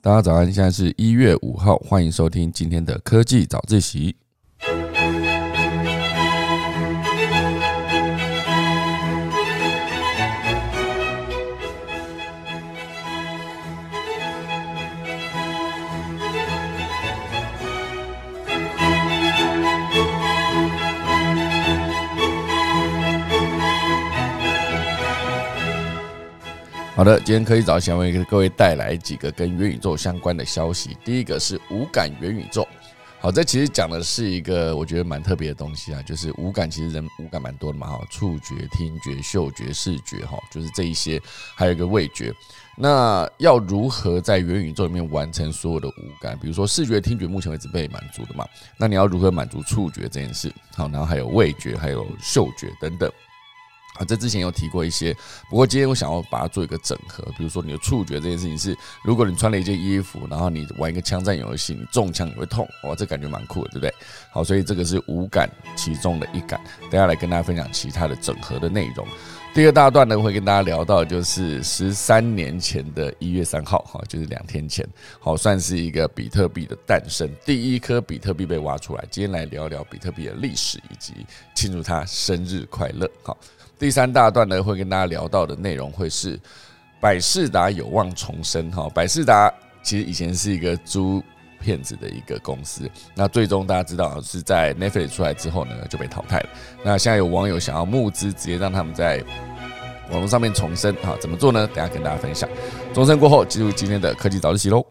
大家早安，现在是1月5号，欢迎收听今天的科技早自习。好的，今天科技早起为各位带来几个跟元宇宙相关的消息。第一个是无感元宇宙。好，这其实讲的是一个我觉得蛮特别的东西啊，就是无感，其实人无感蛮多的嘛，触觉、听觉、嗅觉、视觉，就是这一些，还有一个味觉。那要如何在元宇宙里面完成所有的无感？比如说视觉、听觉，目前为止被满足的嘛，那你要如何满足触觉这件事？好，然后还有味觉，还有嗅觉等等。这之前有提过一些，不过今天我想要把它做一个整合。比如说你的触觉这件事情是，如果你穿了一件衣服，然后你玩一个枪战游戏，你中枪你会痛，哇，这感觉蛮酷的，对不对？好，所以这个是无感其中的一感。等一下来跟大家分享其他的整合的内容。第二大段呢，会跟大家聊到就是13年前的1月3号，就是2天前，好，算是一个比特币的诞生，第一颗比特币被挖出来。今天来聊聊比特币的历史以及庆祝它生日快乐。好。第三大段呢，会跟大家聊到的内容会是百视达有望重生。百视达其实以前是一个租骗子的一个公司，那最终大家知道是在 Netflix 出来之后呢就被淘汰了。那现在有网友想要募资，直接让他们在网络上面重生，怎么做呢？等一下跟大家分享。重生过后，进入今天的科技早自习喽。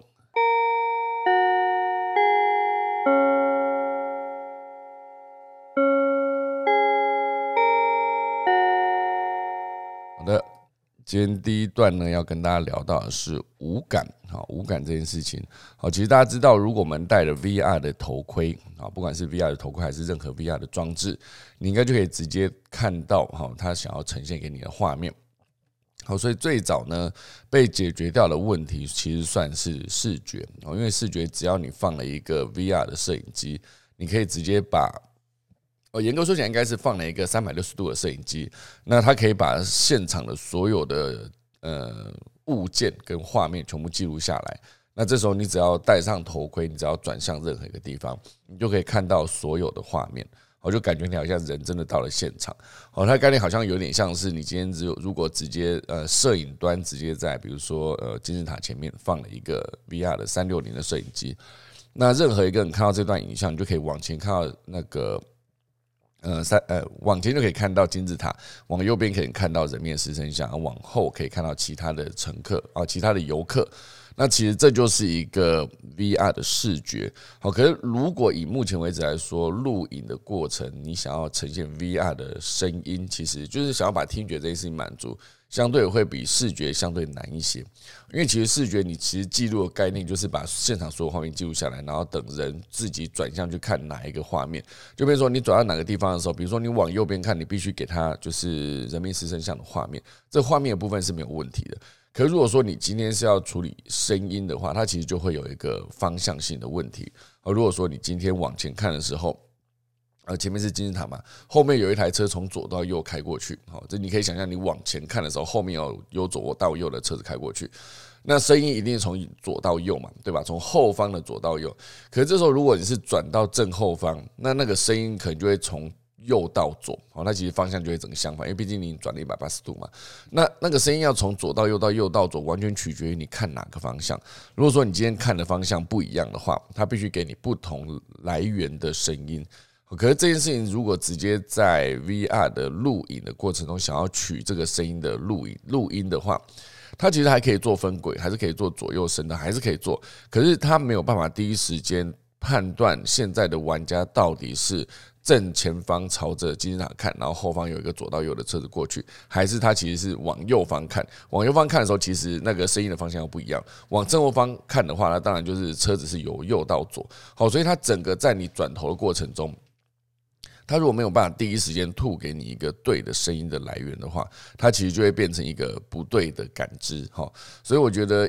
好的，今天第一段呢，要跟大家聊到的是无感。无感这件事情，其实大家知道，如果我们戴了 VR 的头盔，不管是 VR 的头盔还是任何 VR 的装置，你应该就可以直接看到它想要呈现给你的画面。好，所以最早呢被解决掉的问题，其实算是视觉，因为视觉只要你放了一个 VR 的摄影机，你可以直接把严格说起来，应该是放了一个360度的摄影机，那它可以把现场的所有的物件跟画面全部记录下来。那这时候你只要戴上头盔，你只要转向任何一个地方，你就可以看到所有的画面。我就感觉你好像人真的到了现场。它的概念好像有点像是你今天如果直接摄影端直接在比如说金字塔前面放了一个 VR 的360的摄影机，那任何一个人看到这段影像，你就可以往前看到那个。往前就可以看到金字塔，往右边可以看到人面狮身像，往后可以看到其他的乘客其他的游客。那其实这就是一个 VR 的视觉。好，可是如果以目前为止来说，录影的过程，你想要呈现 VR 的声音，其实就是想要把听觉这件事情满足，相对会比视觉相对难一些。因为其实视觉你其实记录的概念就是把现场所有画面记录下来，然后等人自己转向去看哪一个画面。就比如说你转到哪个地方的时候，比如说你往右边看，你必须给它就是人面狮身像的画面，这画面的部分是没有问题的。可是如果说你今天是要处理声音的话，它其实就会有一个方向性的问题。如果说你今天往前看的时候，前面是金字塔嘛，后面有一台车从左到右开过去，这你可以想象，你往前看的时候，后面有左到右的车子开过去，那声音一定是从左到右嘛，对吧？从后方的左到右。可是这时候如果你是转到正后方，那个声音可能就会从右到左，那其实方向就会整个相反，因为毕竟你转了180度嘛。那个声音要从左到右到右到左，完全取决于你看哪个方向。如果说你今天看的方向不一样的话，它必须给你不同来源的声音。可是这件事情如果直接在 VR 的录影的过程中想要取这个声音的录音的话，它其实还可以做分轨，还是可以做左右声的，还是可以做。可是它没有办法第一时间判断现在的玩家到底是正前方朝着金字塔看，然后后方有一个左到右的车子过去，还是他其实是往右方看。往右方看的时候，其实那个声音的方向又不一样。往正后方看的话，那当然就是车子是由右到左。好，所以它整个在你转头的过程中，它如果没有办法第一时间吐给你一个对的声音的来源的话，它其实就会变成一个不对的感知。所以我觉得以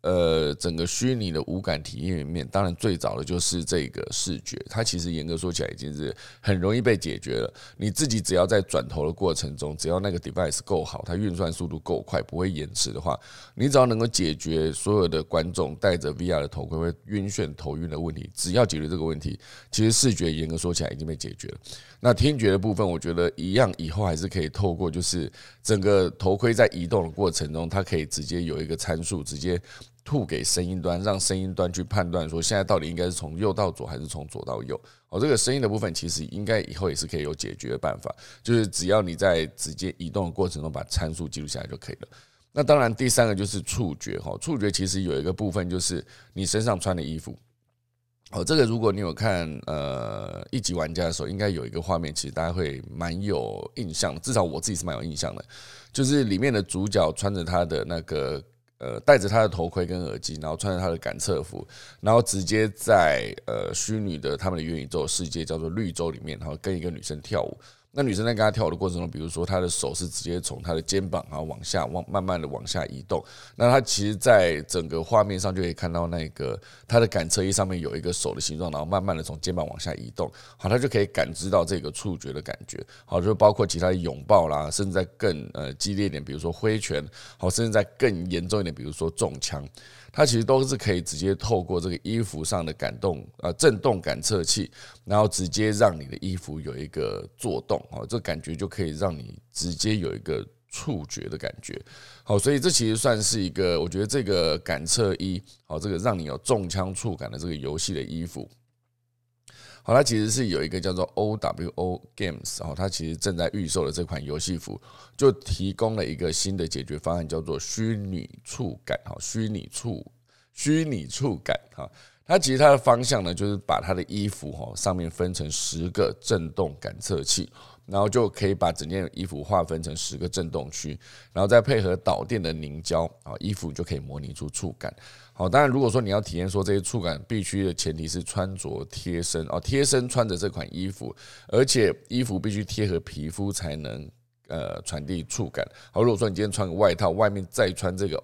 整个虚拟的无感体验里面，当然最早的就是这个视觉，它其实严格说起来已经是很容易被解决了。你自己只要在转头的过程中，只要那个 device 够好，它运算速度够快，不会延迟的话，你只要能够解决所有的观众戴着 VR 的头盔会晕眩、头晕的问题，只要解决这个问题，其实视觉严格说起来已经被解决了。那听觉的部分，我觉得一样，以后还是可以透过就是整个头盔在移动的过程中，它可以直接有一个参数，直接吐给声音端，让声音端去判断说现在到底应该是从右到左还是从左到右。这个声音的部分其实应该以后也是可以有解决的办法，就是只要你在直接移动的过程中把参数记录下来就可以了。那当然，第三个就是触觉，触觉其实有一个部分就是你身上穿的衣服。这个如果你有看一级玩家的时候，应该有一个画面，其实大家会蛮有印象的，至少我自己是蛮有印象的，就是里面的主角穿着他的那个戴着他的头盔跟耳机，然后穿着他的感测服，然后直接在虚拟的他们的元宇宙世界叫做绿洲里面，然后跟一个女生跳舞。那女生在跟他跳舞的过程中，比如说她的手是直接从她的肩膀然后往下慢慢的往下移动，那她其实在整个画面上就可以看到那个她的感测仪上面有一个手的形状，然后慢慢的从肩膀往下移动，好，她就可以感知到这个触觉的感觉，好，就包括其他的拥抱啦，甚至在更激烈一点，比如说挥拳，好，甚至在更严重一点，比如说中枪。它其实都是可以直接透过这个衣服上的震动感测器，然后直接让你的衣服有一个作动，这感觉就可以让你直接有一个触觉的感觉。好，所以这其实算是一个，我觉得这个感测衣，好，这个让你有中枪触感的这个游戏的衣服。好，它其实是有一个叫做 OWO Games， 它其实正在预售的这款游戏服，就提供了一个新的解决方案，叫做虚拟触感。虚拟触感，它其实它的方向呢，就是把它的衣服上面分成10个震动感测器，然后就可以把整件衣服划分成10个震动区，然后再配合导电的凝胶，衣服就可以模拟出触感。好，当然如果说你要体验说这些触感，必须的前提是穿着贴身，贴身穿着这款衣服，而且衣服必须贴合皮肤才能传递触感。好，如果说你今天穿个外套，外面再穿这个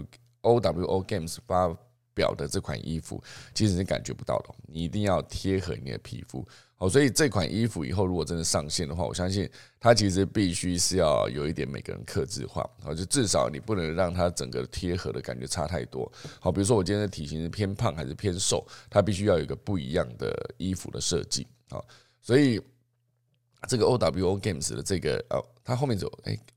OWO Games 发表的这款衣服，其实你感觉不到的，你一定要贴合你的皮肤。好，所以这款衣服以后如果真的上线的话，我相信它其实必须是要有一点每个人客制化，好，就至少你不能让它整个贴合的感觉差太多。好，比如说我今天的体型是偏胖还是偏瘦，它必须要有一个不一样的衣服的设计。好，所以这个 OWO Games 的这个它后面有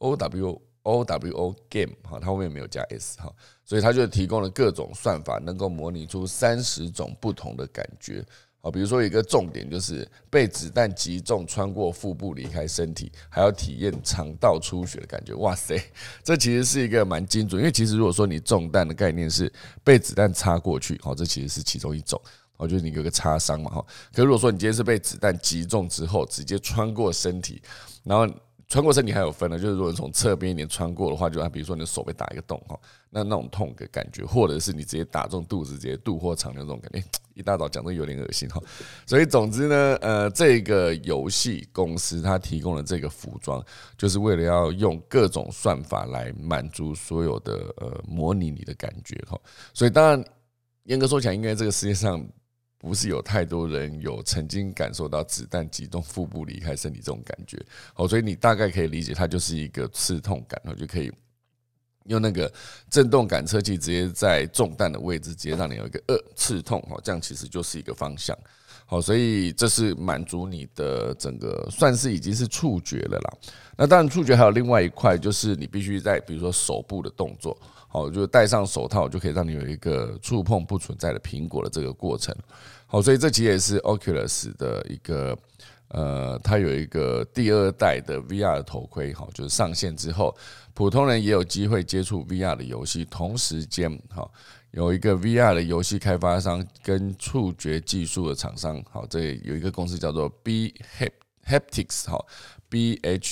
OWO Game， 它后面没有加 S， 所以它就提供了各种算法，能够模拟出30种不同的感觉。比如说有一个重点就是被子弹击中穿过腹部离开身体，还要体验肠道出血的感觉。哇塞，这其实是一个蛮精准，因为其实如果说你中弹的概念是被子弹插过去，这其实是其中一种，就是你有个擦伤嘛。可是如果说你今天是被子弹击中之后直接穿过身体，然后穿过身体还有分的，就是如果你从侧边一点穿过的话，就比如说你的手被打一个洞，那种痛的感觉，或者是你直接打中肚子，直接肚或肠的那种感觉，一大早讲这个有点恶心。所以总之呢，这个游戏公司它提供的这个服装，就是为了要用各种算法来满足所有的模拟你的感觉。所以当然严格说起来，应该这个世界上不是有太多人有曾经感受到子弹击中腹部离开身体这种感觉，所以你大概可以理解它就是一个刺痛感，就可以用那个震动感测器直接在中弹的位置直接让你有一个刺痛，这样其实就是一个方向。好，所以这是满足你的整个算是已经是触觉了啦。那当然触觉还有另外一块，就是你必须在比如说手部的动作，好，就戴上手套就可以让你有一个触碰不存在的苹果的这个过程。好，所以这其实也是 Oculus 的一个它有一个第2代的 VR 的头盔，就是上线之后，普通人也有机会接触 VR 的游戏。同时间，有一个 VR 的游戏开发商跟触觉技术的厂商，这有一个公司叫做 Haptics，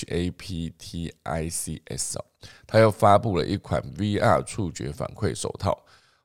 BHAPTICS， 它又发布了一款 VR 触觉反馈手套。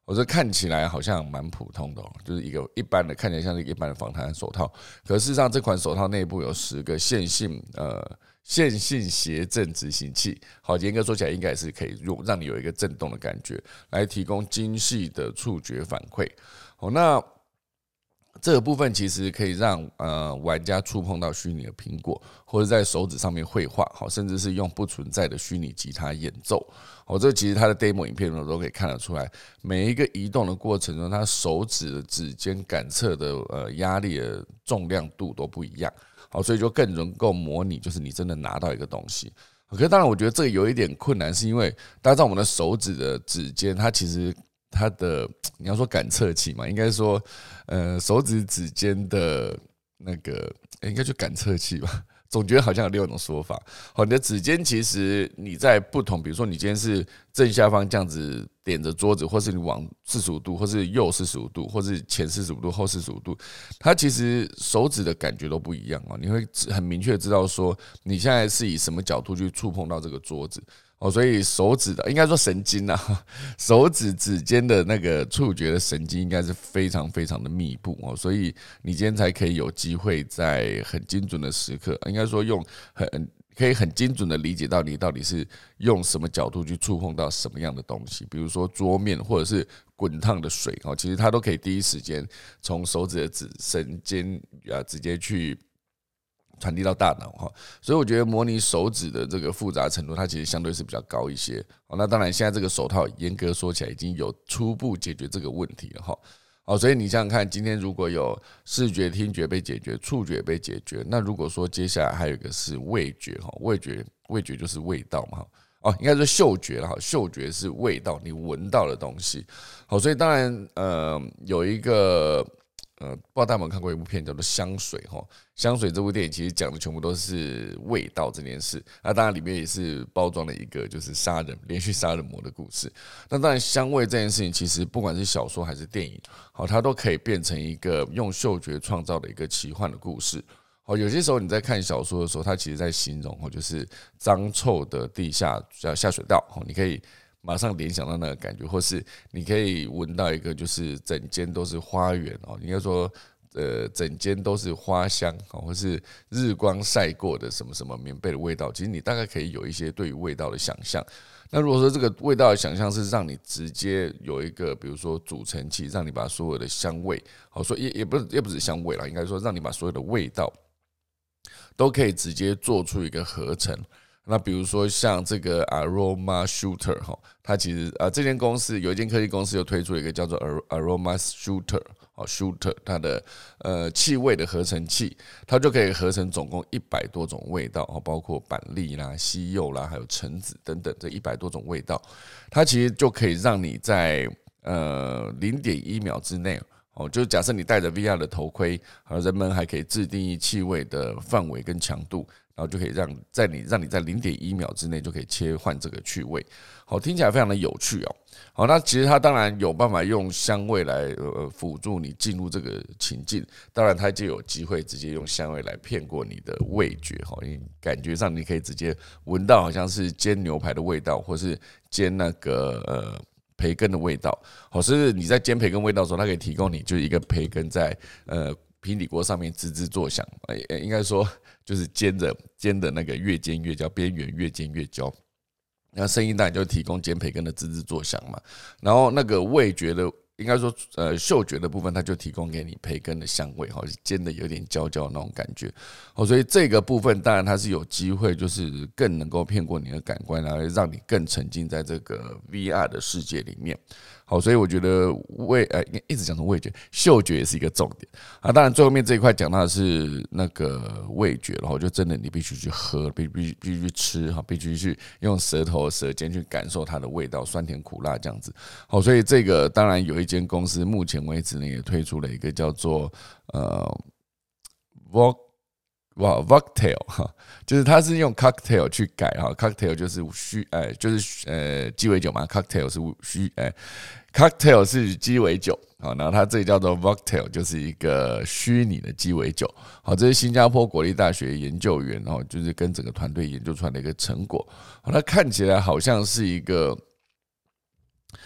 我这看起来好像蛮普通的就是一个一般的，看起来像是一个一般的防弹手套。可事实上，这款手套内部有10个线性协振执行器。好，严格说起来，应该是可以让你有一个震动的感觉，来提供精细的触觉反馈。好，那这个部分其实可以让玩家触碰到虚拟的苹果，或者在手指上面绘画，好，甚至是用不存在的虚拟吉他演奏。好，这其实它的 demo 影片都可以看得出来，每一个移动的过程中，它手指的指尖感测的压力的重量度都不一样。好，所以就更能够模拟，就是你真的拿到一个东西。可是当然，我觉得这个有一点困难，是因为大家知道我们的手指的指尖，它其实它的你要说感测器嘛，应该说手指指尖的那个应该就感测器吧。总觉得好像有6种说法。好，你的指尖其实你在不同，比如说你今天是正下方这样子点着桌子，或是你往45度，或是右45度，或是前45度、后45度，它其实手指的感觉都不一样哦。你会很明确知道说你现在是以什么角度去触碰到这个桌子。所以手指的应该说神经啊，手指指尖的那个触觉的神经应该是非常非常的密布所以你今天才可以有机会在很精准的时刻，应该说可以很精准的理解到你到底是用什么角度去触碰到什么样的东西，比如说桌面或者是滚烫的水其实它都可以第一时间从手指的神经直接去传递到大脑所以我觉得模拟手指的这个复杂程度，它其实相对是比较高一些。那当然，现在这个手套严格说起来已经有初步解决这个问题了所以你想想看，今天如果有视觉、听觉被解决，触觉被解决，那如果说接下来还有一个是味觉味觉就是味道嘛应该说嗅觉了嗅觉是味道，你闻到的东西所以当然有一个不知道大家有没有看过一部片叫做《香水》香水这部电影其实讲的全部都是味道这件事。那当然里面也是包装了一个就是连续杀人魔的故事。那当然香味这件事情，其实不管是小说还是电影它都可以变成一个用嗅觉创造的一个奇幻的故事。有些时候你在看小说的时候，它其实在形容就是脏臭的地下水道你可以马上联想到那个感觉，或是你可以闻到一个就是整间都是花园应该说整间都是花香或是日光晒过的什么什么棉被的味道，其实你大概可以有一些对于味道的想象。那如果说这个味道的想象是让你直接有一个比如说组成器，让你把所有的香味说也不止香味啦，应该说让你把所有的味道都可以直接做出一个合成。那比如说像这个 Aroma Shooter 它其实这间公司有一间科技公司又推出了一个叫做 Aroma Shooter 它的气味的合成器，它就可以合成总共100多种味道包括板栗啦、西柚啦，还有橙子等等这100多种味道，它其实就可以让你在0.1秒之内就是假设你戴着 VR 的头盔，人们还可以自定义气味的范围跟强度，然后就可以让你在0.1秒之内就可以切换这个趣味。听起来非常的有趣那其实它当然有办法用香味来辅助你进入这个情境，当然它就有机会直接用香味来骗过你的味觉感觉上你可以直接闻到好像是煎牛排的味道，或是煎那个培根的味道甚至你在煎培根味道的时候，它可以提供你就是一个培根在平底锅上面吱吱作响应该说就是煎的那个越煎越焦，边缘越煎越焦，那声音当然就提供煎培根的吱吱作响嘛。然后那个味觉的应该说嗅觉的部分，它就提供给你培根的香味煎的有点焦焦的那种感觉所以这个部分当然它是有机会就是更能够骗过你的感官，然后让你更沉浸在这个 VR 的世界里面所以我觉得一直讲成味觉，嗅觉也是一个重点当然最后面这一块讲到的是那个味觉，然后就真的你必须去喝，必须去吃必须去用舌尖去感受它的味道，酸甜苦辣这样子所以这个当然有一间公司目前为止呢也推出了一个叫做Cocktail 就是它是用 cocktail 去改cocktail 就是鸡尾酒嘛 ，cocktail 是cocktail 是鸡尾酒然后它这里叫做 Cocktail 就是一个虚拟的鸡尾酒这是新加坡国立大学研究员就是跟整个团队研究出来的一个成果它看起来好像是一个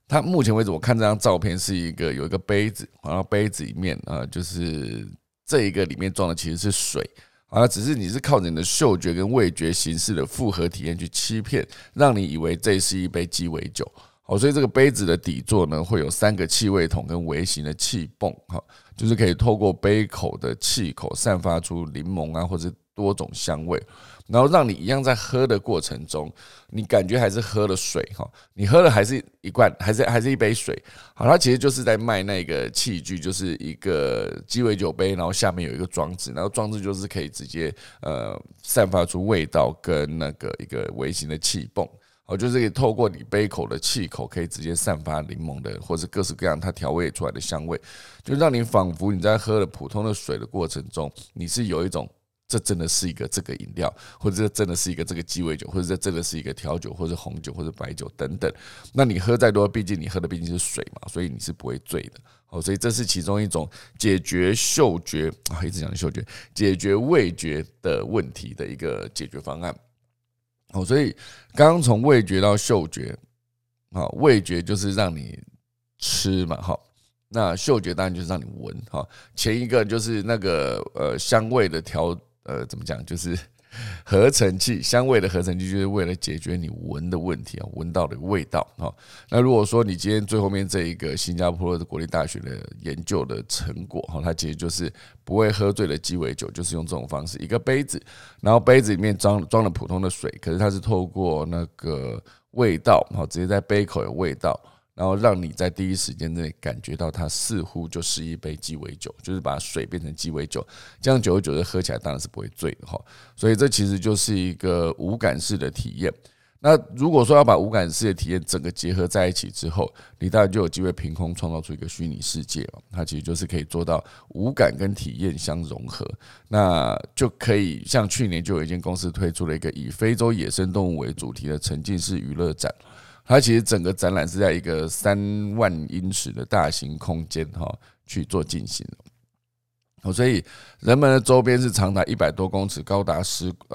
它目前为止我看这张照片是有一个杯子，然后杯子里面就是这一个里面装的其实是水。只是你是靠着你的嗅觉跟味觉形式的复合体验去欺骗，让你以为这是一杯鸡尾酒。所以这个杯子的底座呢，会有3个气味筒跟微型的气泵，就是可以透过杯口的气口散发出柠檬或者多种香味，然后让你一样在喝的过程中，你感觉还是喝了水，你喝的还是一罐，还是一杯水。它其实就是在卖那个器具，就是一个鸡尾酒杯，然后下面有一个装置，然后装置就是可以直接散发出味道跟那个一个微型的气泵。就是可以透过你杯口的气口，可以直接散发柠檬的，或是各式各样它调味出来的香味，就让你仿佛你在喝了普通的水的过程中，你是有一种这真的是一个这个饮料，或者这真的是一个这个鸡尾酒，或者这真的是一个调酒，或者红酒，或者白酒等等。那你喝再多，毕竟你喝的毕竟是水嘛，所以你是不会醉的。所以这是其中一种解决嗅觉一直讲嗅觉，解决味觉的问题的一个解决方案。所以刚刚从味觉到嗅觉，味觉就是让你吃嘛，那嗅觉当然就是让你闻。前一个就是那个香味的怎么讲，就是合成器，香味的合成器就是为了解决你闻的问题，闻到的味道。那如果说你今天最后面这一个新加坡的国立大学的研究的成果，它其实就是不会喝醉的鸡尾酒，就是用这种方式，一个杯子，然后杯子里面装了普通的水，可是它是透过那个味道，直接在杯口有味道，然后让你在第一时间内感觉到它似乎就是一杯鸡尾酒，就是把水变成鸡尾酒，这样久而久之喝起来当然是不会醉的。所以这其实就是一个无感式的体验。那如果说要把无感式的体验整个结合在一起之后，你当然就有机会凭空创造出一个虚拟世界，它其实就是可以做到无感跟体验相融合。那就可以像去年就有一间公司推出了一个以非洲野生动物为主题的沉浸式娱乐展，它其实整个展览是在一个3万英尺的大型空间去做进行的。所以人们的周边是长达100多公尺，高达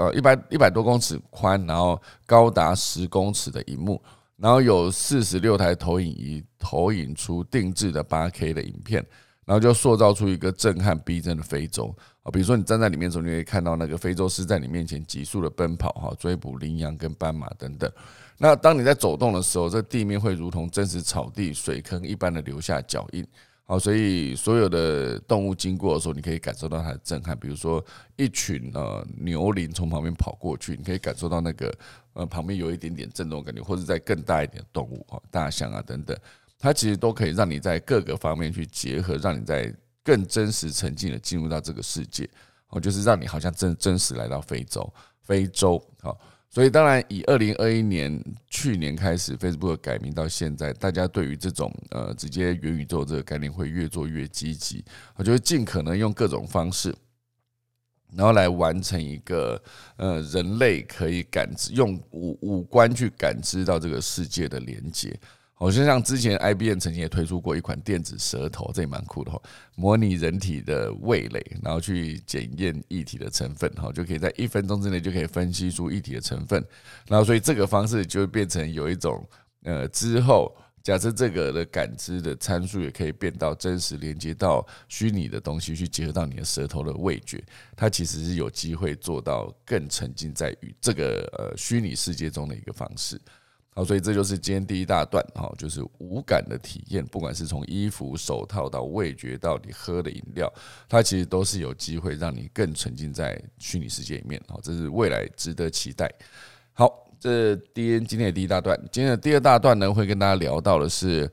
100多公尺宽，然后高达10公尺的萤幕，然后有46台投影仪投影出定制的 8K 的影片，然后就塑造出一个震撼逼真的非洲。比如说你站在里面的时候，你会看到那个非洲狮在你面前急速的奔跑，追捕羚羊跟斑马等等。那当你在走动的时候，这地面会如同真实草地、水坑一般的留下脚印。所以所有的动物经过的时候，你可以感受到它的震撼。比如说一群牛羚从旁边跑过去，你可以感受到那个旁边有一点点震动的感觉，或者在更大一点的动物，大象等等，它其实都可以让你在各个方面去结合，让你在更真实沉浸的进入到这个世界，就是让你好像真实来到非洲。所以当然以2021年去年开始 Facebook 改名到现在，大家对于这种直接元宇宙这个概念会越做越积极，我觉得尽可能用各种方式，然后来完成一个人类可以感知，用五官去感知到这个世界的连接。好像之前 IBM 曾经也推出过一款电子舌头，这也蛮酷的，模拟人体的味蕾，然后去检验液体的成分，就可以在1分钟之内就可以分析出液体的成分。然后所以这个方式就会变成有一种之后假设这个的感知的参数也可以变到真实连接到虚拟的东西，去结合到你的舌头的味觉，它其实是有机会做到更沉浸在这个虚拟世界中的一个方式。好，所以这就是今天第一大段，就是无感的体验，不管是从衣服、手套到味觉到你喝的饮料，它其实都是有机会让你更沉浸在虚拟世界里面。这是未来值得期待。好，这今天的第一大段。今天的第二大段呢，会跟大家聊到的是，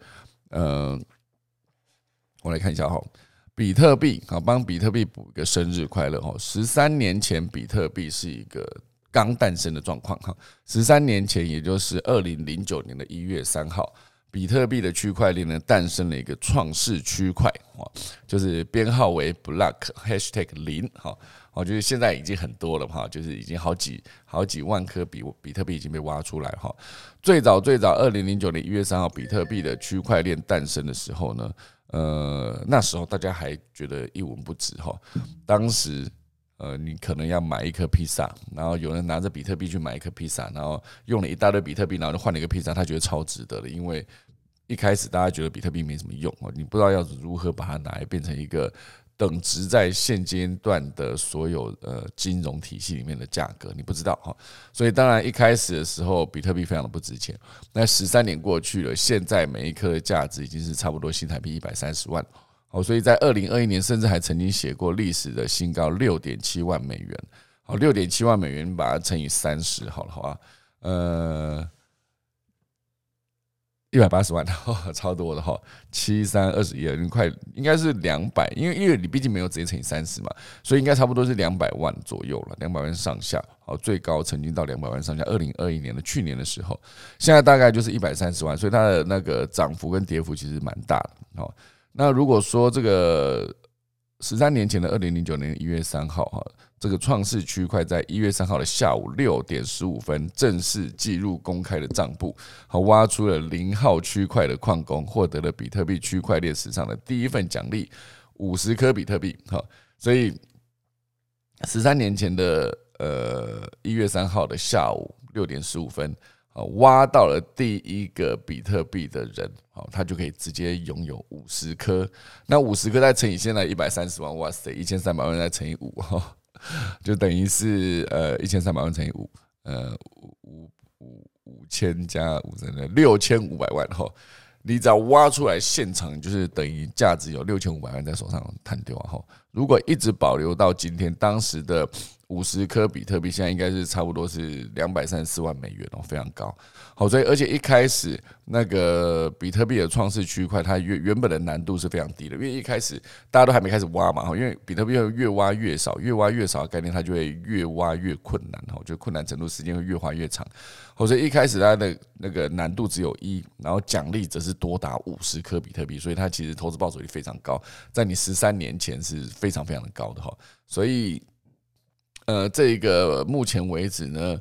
我来看一下比特币，帮比特币补一个生日快乐。13年前，比特币是一个刚诞生的状况，13年前，也就是2009年的1月3号，比特币的区块链呢诞生了一个创世区块，就是编号为 block#0，就是现在已经很多了就是已经好几万颗比特币已经被挖出来最早2009年1月3号，比特币的区块链诞生的时候呢，那时候大家还觉得一文不值当时。你可能要买一颗披萨，然后有人拿着比特币去买一颗披萨，然后用了一大堆比特币，然后就换了一个披萨，他觉得超值得的，因为一开始大家觉得比特币没什么用，你不知道要如何把它拿来变成一个等值在现阶段的所有金融体系里面的价格，你不知道哈。所以当然一开始的时候，比特币非常的不值钱。那13年过去了，现在每一颗的价值已经是差不多新台币130万。好，所以在2021年甚至还曾经写过历史的新高6.7万美元。好，6.7万美元把它乘以30好了，好吧？180万，超多的哈，7321，快应该是200，因为你毕竟没有直接乘以30嘛，所以应该差不多是200万左右了，200万上下。好，最高曾经到200万上下。2021年的去年的时候，现在大概就是130万，所以它的那个涨幅跟跌幅其实蛮大的。好，那如果说这个13年前的2009年1月3号哈。这个创世区块在1月3号的下午6点15分正式记入公开的账簿，好，挖出了0号区块的矿工，获得了比特币区块链史上的第一份奖励50颗比特币。好，所以13年前的1月3号的下午6点15分，挖到了第一个比特币的人，他就可以直接拥有50颗。那50颗再乘以现在130万，哇塞，1300万再乘以5。就等于是1300万乘以5，5000加5，6500万哈。你只要挖出来，现场就是等于价值有6500万在手上摊丢啊哈。如果一直保留到今天，当时的50颗比特币现在应该是差不多是234万美元哦，非常高。好，所以而且一开始那个比特币的创世区块，它原本的难度是非常低的，因为一开始大家都还没开始挖嘛，因为比特币会越挖越少，越挖越少的概念，它就会越挖越困难，就困难程度时间会越花越长。所以一开始它的那个难度只有1，然后奖励则是多达50颗比特币，所以它其实投资报酬率非常高，在你13年前是非常非常的高的哈。所以这个目前为止呢，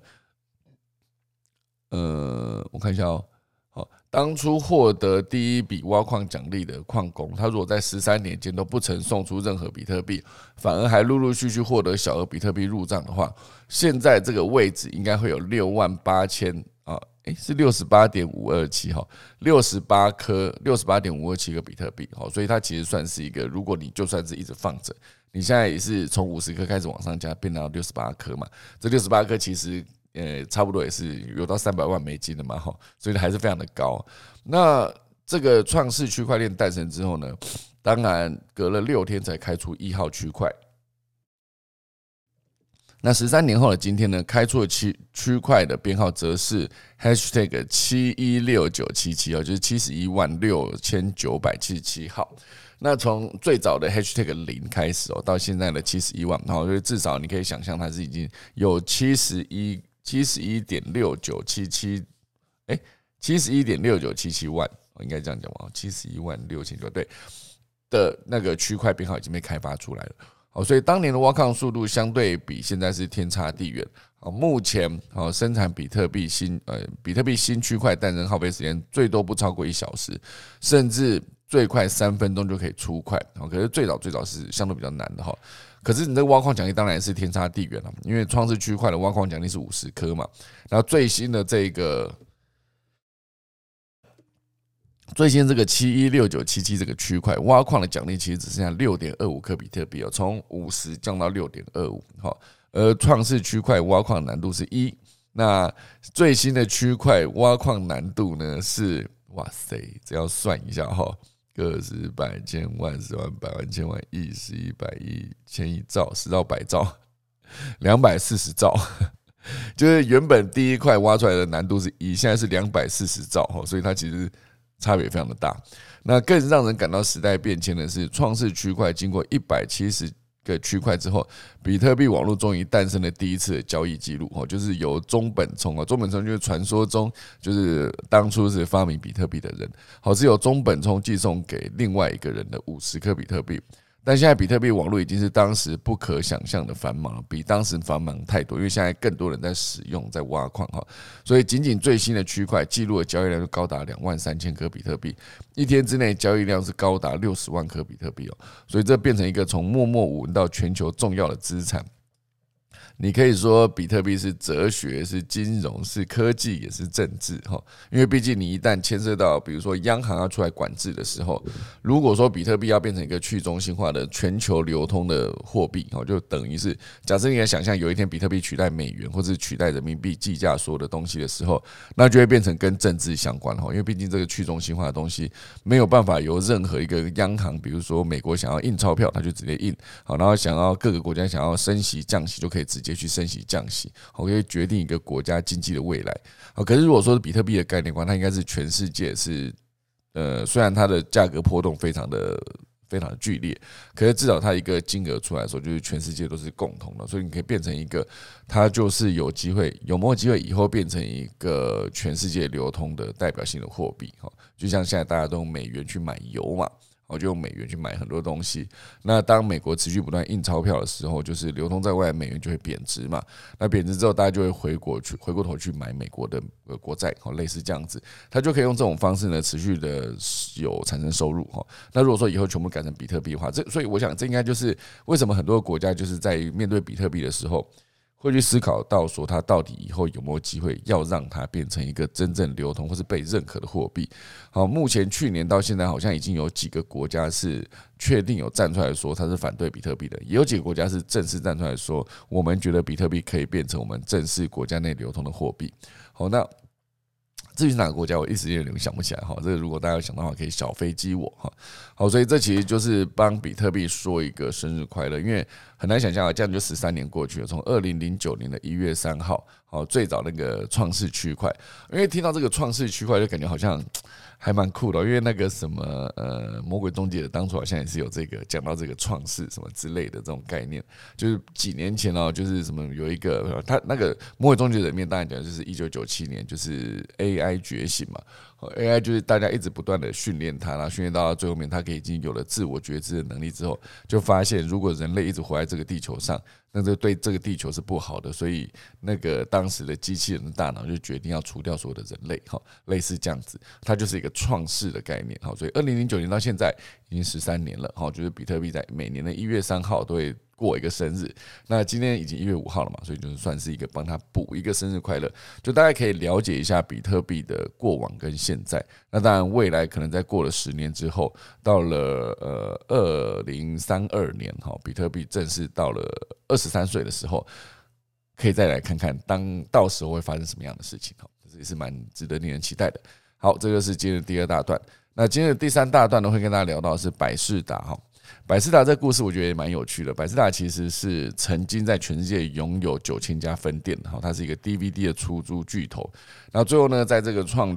我看一下哦。当初获得第一笔挖矿奖励的矿工，他如果在13年间都不曾送出任何比特币，反而还陆陆续续获得小额比特币入账的话，现在这个位置应该会有68000啊，是68.527哈，68.527个比特币，所以它其实算是一个，如果你就算是一直放着，你现在也是从50颗开始往上加，变到68颗嘛，这68颗其实。差不多也是有到300万美金的嘛，所以还是非常的高。那这个创世区块链诞生之后呢，当然隔了6天才开出1号区块。那13年后的今天呢，开出的区块的编号则是 #716977就是716977号。那从最早的 #0 开始到现在的71万，所以至少你可以想象它是已经有71.6977万，应该这样讲吧，71.6900对的那个区块编号已经被开发出来了。好，所以当年的挖矿速度相对比现在是天差地远。好，目前生产比特币新区块诞生耗费时间最多不超过1小时，甚至最快3分钟就可以出块。可是最早是相对比较难的哈。可是你这个挖矿奖励当然是天差地远了，因为创世区块的挖矿奖励是50颗嘛，然后最新这个716977这个区块挖矿的奖励其实只剩下6.25颗比特币从50降到6.25，而创世区块挖矿难度是1，那最新的区块挖矿难度呢是哇塞，这要算一下哈。个十百千万十万百万千万亿十亿百亿千亿兆10兆100兆240兆，就是原本第一块挖出来的难度是1，现在是240兆，所以它其实差别非常的大。那更让人感到时代变迁的是，创世区块经过170个区块之后，比特币网络终于诞生了第一次的交易记录，就是由中本聪就是传说中就是当初是发明比特币的人，是由中本聪寄送给另外一个人的50颗比特币。但现在比特币网络已经是当时不可想象的繁忙，比当时繁忙太多，因为现在更多人在使用，在挖矿，所以仅仅最新的区块记录的交易量就高达23000颗比特币，一天之内交易量是高达60万颗比特币，所以这变成一个从默默无闻到全球重要的资产。 你可以说比特币是哲学、是金融、是科技，也是政治哈。因为毕竟你一旦牵涉到，比如说央行要出来管制的时候，如果说比特币要变成一个去中心化的全球流通的货币，就等于是假设你可以想象有一天比特币取代美元或者取代人民币计价所有的东西的时候，那就会变成跟政治相关哈。因为毕竟这个去中心化的东西没有办法由任何一个央行，比如说美国想要印钞票，它就直接印好，然后想要各个国家想要升息降息，就可以直接去升息降息，可以决定一个国家经济的未来。可是如果说是比特币的概念观，它应该是全世界是虽然它的价格波动非常的剧烈，可是至少它一个金额出来的时候，就是全世界都是共同的，所以你可以变成一个，它就是有没有机会以后变成一个全世界流通的代表性的货币，就像现在大家都用美元去买油嘛。就用美元去买很多东西。那当美国持续不断印钞票的时候，就是流通在外的美元就会贬值嘛。那贬值之后，大家就会回过头去买美国的国债，类似这样子，它就可以用这种方式呢，持续的产生收入。那如果说以后全部改成比特币的话，所以我想这应该就是为什么很多国家就是在面对比特币的时候，会去思考到说，它到底以后有没有机会要让它变成一个真正流通或是被认可的货币？好，目前去年到现在，好像已经有几个国家是确定有站出来说它是反对比特币的，也有几个国家是正式站出来说，我们觉得比特币可以变成我们正式国家内流通的货币。好，那至于是哪个国家，我一时有点想不起来哈。这个如果大家有想到的话，可以小飞机我哈。好，所以这其实就是帮比特币说一个生日快乐，因为很难想象啊，这样就13年过去了，从2009年的1月3号，好，最早那个创世区块，因为听到这个创世区块就感觉好像还蛮酷的，因为那个什么魔鬼终结者当初好像也是有这个讲到这个创世什么之类的这种概念，就是几年前哦，就是什么有一个他那个魔鬼终结者里面当然讲就是1997年就是 AI 觉醒嘛。AI 就是大家一直不断的训练它，然后训练到最后面，它已经有了自我觉知的能力之后，就发现如果人类一直活在这个地球上，那这对这个地球是不好的，所以那个当时的机器人的大脑就决定要除掉所有的人类，类似这样子，它就是一个创世的概念。所以2009年到现在已经13年了，就是比特币在每年的1月3号都会过一个生日，那今天已经1月5号了嘛，所以就算是一个帮他补一个生日快乐，就大家可以了解一下比特币的过往跟现在。那当然，未来可能在过了10年之后，到了2032年，比特币正式到了23岁的时候，可以再来看看到时候会发生什么样的事情，这也是蛮值得令人期待的。好，这就是今天的第2大段。那今天的第3大段呢，会跟大家聊到的是百视达。百视达这个故事我觉得也蛮有趣的。百视达其实是曾经在全世界拥有9000家分店，它是一个 DVD 的出租巨头。然后最后呢，在这个串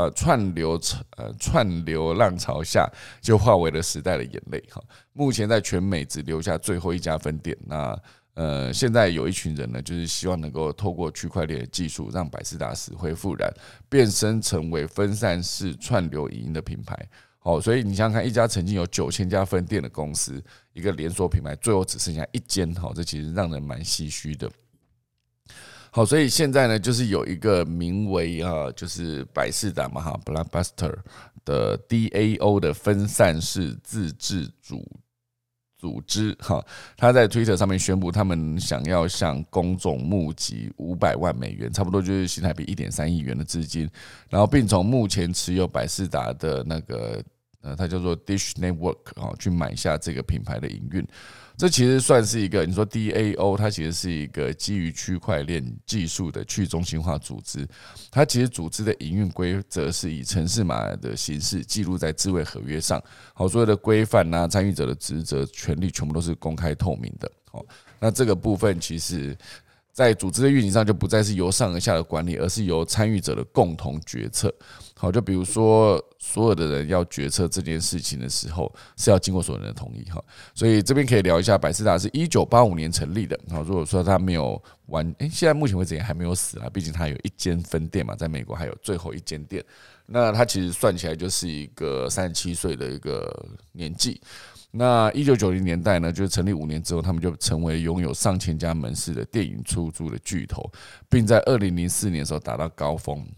流浪潮下，就化为了时代的眼泪。目前在全美只留下最后一家分店。那现在有一群人呢，就是希望能够透过区块链的技术，让百视达死灰复燃，变身成为分散式串流影音的品牌。所以你想想看，一家曾经有9000家分店的公司，一个连锁品牌，最后只剩下1间，这其实让人蛮唏嘘的。好，所以现在呢，就是有一个名为就是百视达嘛，Blockbuster 的 DAO 的分散式自治组织，他在 Twitter 上面宣布，他们想要向公众募集500万美元，差不多就是新台币1.3亿元的资金，然后并从目前持有百视达的那个它叫做 Dish Network 去买下这个品牌的营运。这其实算是一个，你说 DAO 它其实是一个基于区块链技术的去中心化组织，它其实组织的营运规则是以程式码的形式记录在智慧合约上，所有的规范啊、参与者的职责、权利全部都是公开透明的。那这个部分其实在组织的运营上就不再是由上而下的管理，而是由参与者的共同决策。好，就比如说所有的人要决策这件事情的时候，是要经过所有人的同意。所以这边可以聊一下，百视达是1985年成立的。如果说他没有现在目前为止也还没有死啊，毕竟他有1间分店嘛，在美国还有最后1间店。那他其实算起来就是一个37岁的一个年纪。那1990年代呢，就是成立5年之后，他们就成为拥有上千家门市的电影出租的巨头，并在2004年的时候达到高峰。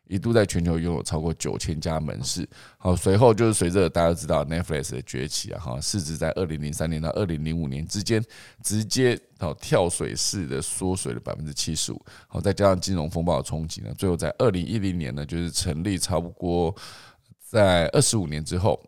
一度在全球拥有超过9000家门市。好，随后就是随着大家都知道 Netflix 的崛起啊，市值在2003年到2005年之间直接跳水式的缩水了75%。好，再加上金融风暴的冲击呢，最后在2010年呢，就是成立差不多在25年之后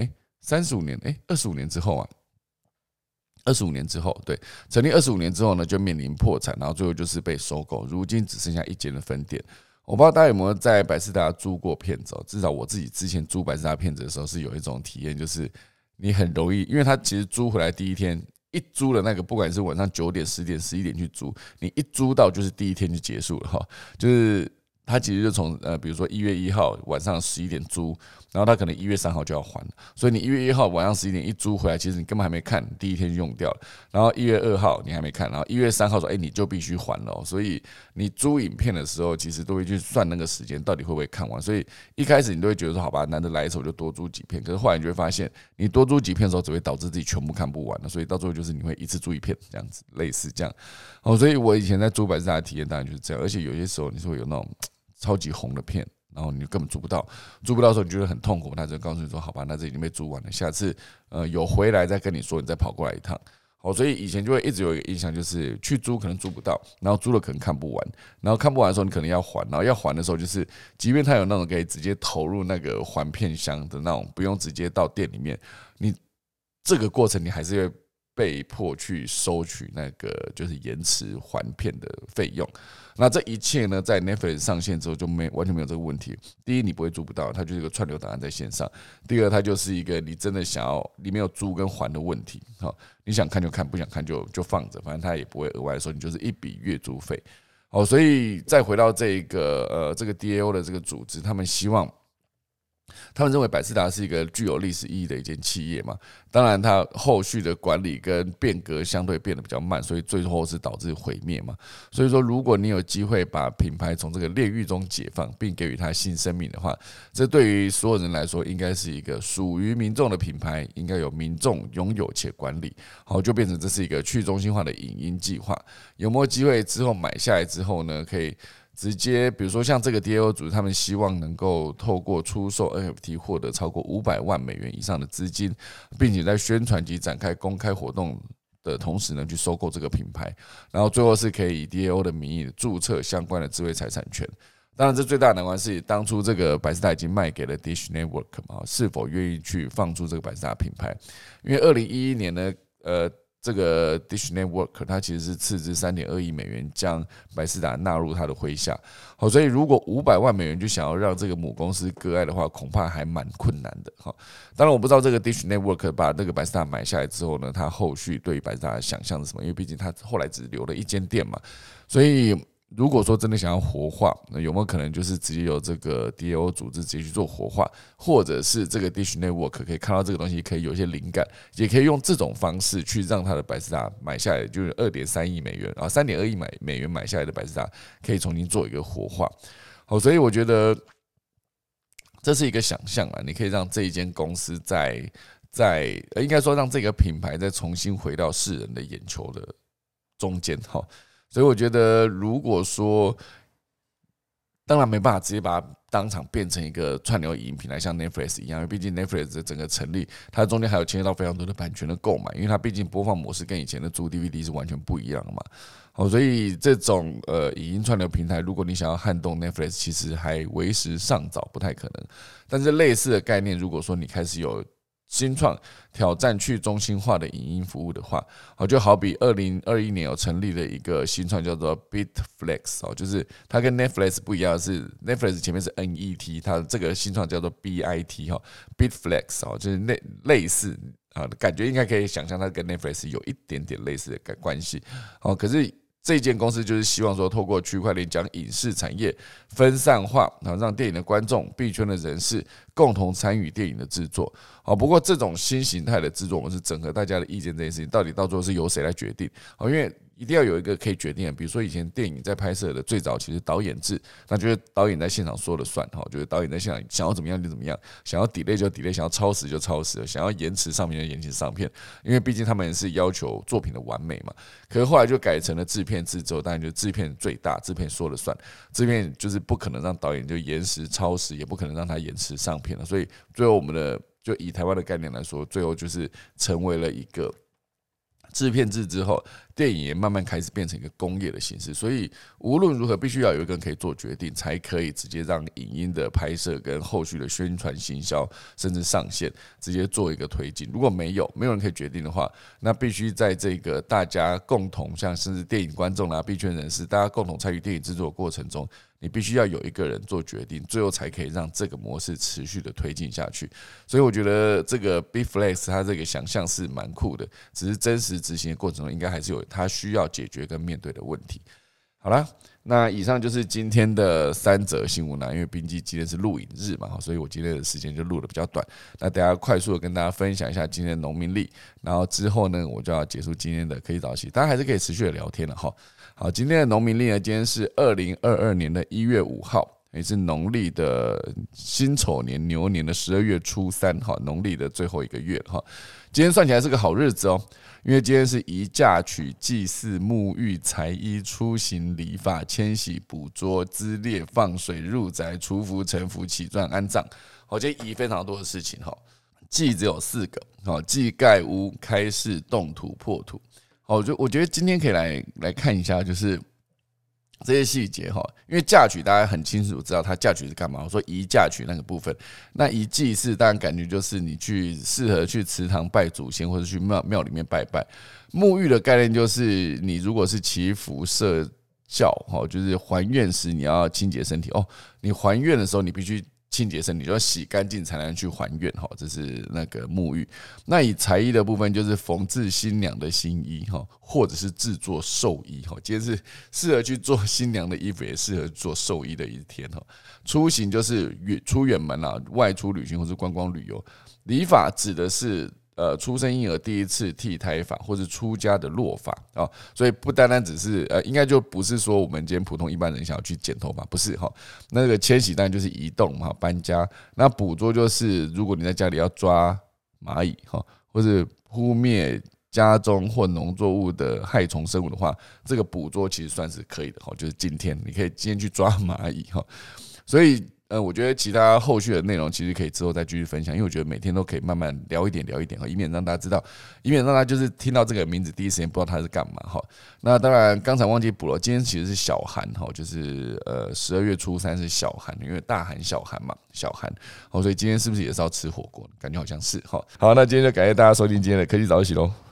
，35年，25年之后啊。25年之后，对，成立25年之后呢，就面临破产，然后最后就是被收购，如今只剩下1间的分店。我不知道大家有没有在百视达租过片子，至少我自己之前租百视达片子的时候是有一种体验，就是你很容易，因为它其实租回来第一天一租的那个，不管是晚上9点、10点、11点去租，你一租到就是第一天就结束了哈，就是它其实就从比如说1月1号晚上11点租，然后他可能1月3号就要还，所以你1月1号晚上11点一租回来，其实你根本还没看，第一天就用掉了。然后1月2号你还没看，然后1月3号说，你就必须还了。所以你租影片的时候，其实都会去算那个时间到底会不会看完。所以一开始你都会觉得说，好吧，难得来一手就多租几片。可是后来你就会发现，你多租几片的时候，只会导致自己全部看不完了。所以到最后就是你会一次租一片这样子，类似这样。所以我以前在租百视达的体验当然就是这样，而且有些时候你是会有那种超级红的片，然后你根本租不到的时候，你觉得很痛苦，他就告诉你说：“好吧，那这已经被租完了，下次有回来再跟你说，你再跑过来一趟。”好，所以以前就会一直有一个印象，就是去租可能租不到，然后租了可能看不完，然后看不完的时候你可能要还，然后要还的时候就是，即便他有那种可以直接投入那个还片箱的那种，不用直接到店里面，你这个过程你还是会被迫去收取那个就是延迟还片的费用。那这一切呢，在 Netflix 上线之后就完全没有这个问题。第一，你不会租不到，它就是一个串流档案在线上；第二，它就是一个你真的想要里面有租跟还的问题。好，你想看就看，不想看就放着，反正它也不会额外收，你就是一笔月租费。好，所以再回到这个DAO 的这个组织，他们希望。他们认为百视达是一个具有历史意义的一间企业嘛，当然它后续的管理跟变革相对变得比较慢，所以最后是导致毁灭嘛。所以说，如果你有机会把品牌从这个炼狱中解放，并给予它新生命的话，这对于所有人来说，应该是一个属于民众的品牌，应该有民众拥有且管理，好，就变成这是一个去中心化的影音计划。有没有机会之后买下来之后呢，可以直接，比如说像这个 DAO 组织，他们希望能够透过出售 NFT 获得超过$500万以上的资金，并且在宣传及展开公开活动的同时呢，去收购这个品牌，然后最后是可以以 DAO 的名义注册相关的智慧财产权。当然，这最大的难关是当初这个百视达已经卖给了 Dish Network 嘛，是否愿意去放出这个百视达品牌？因为2011年呢，这个 Dish Network 它其实是斥资$3.2亿将百视达纳入它的麾下。好，所以如果$500万就想要让这个母公司割爱的话，恐怕还蛮困难的。好，当然我不知道这个 Dish Network 把那个百视达买下来之后呢，它后续对于百视达的想象是什么？因为毕竟它后来只留了1间店嘛，所以。如果说真的想要活化，那有没有可能就是直接由这个 DAO 组织直接去做活化，或者是这个 Dish Network 可以看到这个东西，可以有一些灵感，也可以用这种方式去让他的百视达买下来，就是$2.3亿，然后$3.2亿买下来的百视达可以重新做一个活化。好，所以我觉得这是一个想象啊，你可以让这一间公司应该说让这个品牌再重新回到世人的眼球的中间哈。所以我觉得，如果说，当然没办法直接把它当场变成一个串流影音平台，像 Netflix 一样，因为毕竟 Netflix 的整个成立，它中间还有牵涉到非常多的版权的购买，因为它毕竟播放模式跟以前的租 DVD 是完全不一样的嘛。好，所以这种影音串流平台，如果你想要撼动 Netflix， 其实还为时尚早，不太可能。但是类似的概念，如果说你开始有新创挑战去中心化的影音服务的话，就好比2021年有成立的一个新创叫做 Bitflex， 就是它跟 Netflix 不一样的是 Netflix 前面是 NET， 它这个新创叫做 BIT，Bitflex 就是类似感觉应该可以想象它跟 Netflix 有一点点类似的关系。可是这间公司就是希望说，透过区块链将影视产业分散化，让电影的观众、币圈的人士共同参与电影的制作。不过这种新形态的制作，我们是整合大家的意见这件事情，到底到最后是由谁来决定？因为一定要有一个可以决定的，比如说以前电影在拍摄的最早其实导演制，那就是导演在现场说了算，就是导演在现场想要怎么样就怎么样，想要 delay 就 delay， 想要超时就超时，想要延迟上片就延迟上片，因为毕竟他们是要求作品的完美嘛。可是后来就改成了制片制之后，当然就制片最大，制片说了算，制片就是不可能让导演就延时超时，也不可能让他延迟上片了。所以最后我们的就以台湾的概念来说，最后就是成为了一个制片制之后，电影也慢慢开始变成一个工业的形式，所以无论如何，必须要有一个人可以做决定，才可以直接让影音的拍摄跟后续的宣传、行销，甚至上线，直接做一个推进。如果没有人可以决定的话，那必须在这个大家共同，像甚至电影观众币圈人士，大家共同参与电影制作的过程中，你必须要有一个人做决定，最后才可以让这个模式持续的推进下去。所以我觉得这个 B-Flex 它这个想象是蛮酷的，只是真实执行的过程中，应该还是有它需要解决跟面对的问题。好啦，那以上就是今天的3则新闻啦。因为毕竟今天是录影日嘛，所以我今天的时间就录的比较短。那等一下快速的跟大家分享一下今天的农民历，然后之后呢，我就要结束今天的科技早起，大家还是可以持续的聊天了哈。好，今天的农民历呢，今天是2022年的1月5号，也是农历的辛丑年牛年的12月初3，农历的最后一个月哈。今天算起来是个好日子哦，因为今天是宜嫁娶、祭祀、沐浴、裁衣、出行、理发、迁徙、捕捉、支猎、放水、入宅、除福、成福、起钻、安葬。好，今天宜非常多的事情哈。祭只有4个，祭盖屋、开市、动土、破土。我觉得今天可以来看一下，就是这些细节哈。因为嫁娶大家很清楚知道它嫁娶是干嘛。我说宜嫁娶那个部分，那宜祭祀当然感觉就是你适合去祠堂拜祖先，或者去庙里面拜拜。沐浴的概念就是你如果是祈福设教，就是还愿时你要清洁身体哦。你还愿的时候你必须清洁身体，就要洗干净才能去还愿，这是那个沐浴。那以裁衣的部分就是缝制新娘的新衣，或者是制作寿衣。今天是适合去做新娘的衣服，也适合做寿衣的一天。出行就是出远门啦，外出旅行或是观光旅游。理发指的是出生婴儿第一次剃胎发，或是出家的落发啊，所以不单单只是应该就不是说我们今天普通一般人想要去剪头发，不是哈。那个迁徙当然就是移动嘛，搬家。那捕捉就是如果你在家里要抓蚂蚁哈，或是扑灭家中或农作物的害虫生物的话，这个捕捉其实算是可以的哈，就是今天你可以今天去抓蚂蚁哈，所以。我觉得其他后续的内容其实可以之后再继续分享，因为我觉得每天都可以慢慢聊一点，以免让大家知道，以免让大家就是听到这个名字第一时间不知道它是干嘛哈。那当然刚才忘记补了，今天其实是小寒哈，就是12月初3是小寒，因为大寒小寒嘛，小寒，所以今天是不是也是要吃火锅？感觉好像是哈。好，那今天就感谢大家收听今天的科技早起喽。